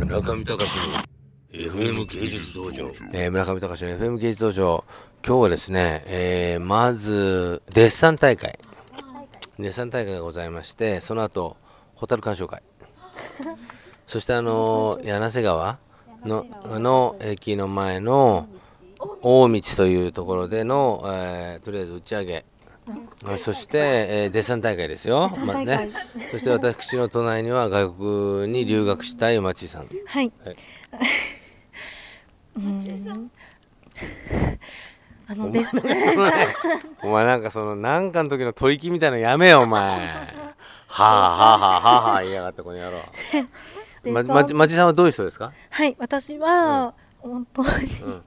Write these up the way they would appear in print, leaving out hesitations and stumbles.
村上隆の FM 芸術道場、村上隆の FM 芸術道場。今日はですね、まずデッサン大会がございまして、その後ホタル鑑賞会そして柳瀬川の駅の前の大道というところでの、とりあえず打ち上げ、そして、デッサン大会ですよ、まずね。そして私の隣には外国に留学したい町井さん。 はい、はい、 お前なんかそのなんかの時の吐息みたいなのやめよお前。はあはあはあはあ言いやがったこの野郎。町井さんはどういう人ですか？ はい、私は、本当に、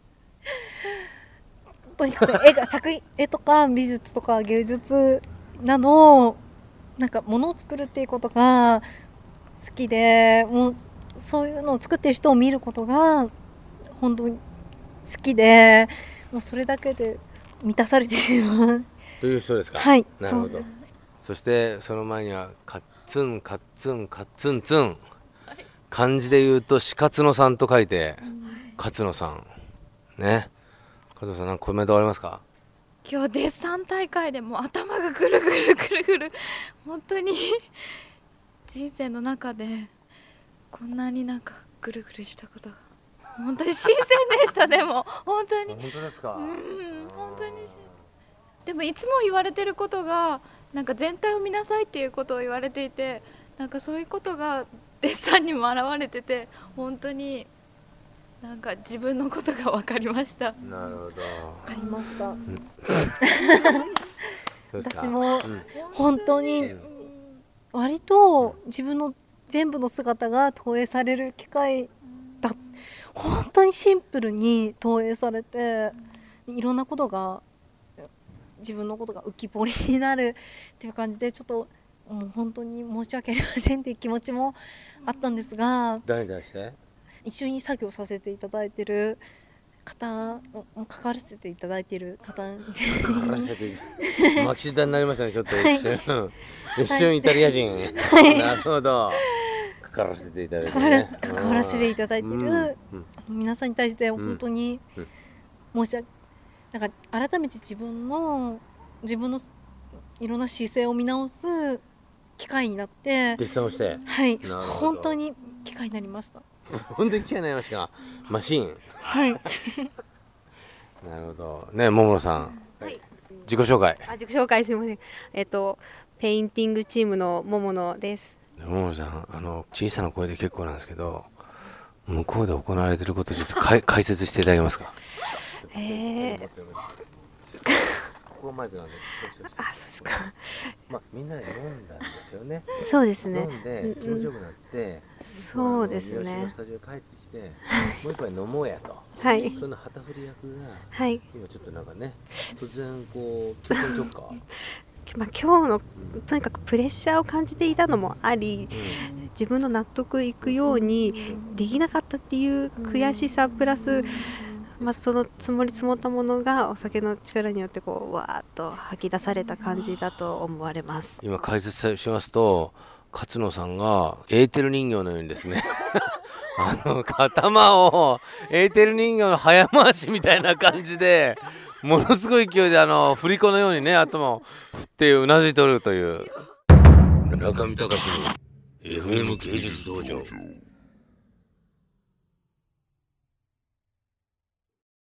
とにかく絵とか美術とか芸術などなんか物を作るっていうことが好きで、もうそういうのを作ってる人を見ることが本当に好きで、もうそれだけで満たされているという人ですか？ はい、 なるほど。そしてその前にはカッツンカッツンカッツンツン、漢字で言うと死活野さんと書いて勝野さんね。勝野さん、何かコメントありますか？ 今日デッサン大会でも頭がぐるぐるぐるぐる、本当に人生の中でこんなになんかぐるぐるしたことが本当に新鮮でした。でも本当に本当ですか？ 本当にでもいつも言われてることがなんか全体を見なさいっていうことを言われていて、なんかそういうことがデッサンにも表れてて、本当になんか自分のことが分かりました。 なるほど、 分かりました。私も本当に割と自分の全部の姿が投影される機会だ。本当にシンプルに投影されて、いろんなことが自分のことが浮き彫りになるっていう感じで、ちょっともう本当に申し訳ありませんっていう気持ちもあったんですが、 誰に対して？ 一緒に作業させていただいている方、関わらせていただいている方に巻き舌になりましたね、ちょっと一瞬イタリア人、なるほど、関わらせていただいて、 関わらせていただいている皆さんに対して本当に申し訳なんか改めて自分のいろんな姿勢を見直す機会になって、 デッサンをして、 はい、本当に機会になりました。 本当に機会になりましたが、マシーン。 はい。 なるほど。ね、桃野さん。はい。自己紹介。 自己紹介すみません。ペインティングチームの桃野です。 桃野さん、小さな声で結構なんですけど、向こうで行われていることをちょっと解説していただけますか？ここマイクなんで。 そうですか。 みんなで飲んだんですよね。 そうですね。 飲んで気持ちよくなって、 そうですね。 三好のスタジオに帰ってきて、もう一杯飲もうやと。 はい。 その旗振り役が、 はい。 今ちょっとなんかね、突然こう急転直下。 今日のとにかくプレッシャーを感じていたのもあり、自分の納得いくようにできなかったっていう悔しさプラス。その積もり積もったものがお酒の力によってこうわーっと吐き出された感じだと思われます。 今解説しますと、勝野さんがエーテル人形のようにですね頭をエーテル人形の早回しみたいな感じでものすごい勢いで振り子のようにね頭を振ってうなずいておるという村上隆の FM 芸術道場。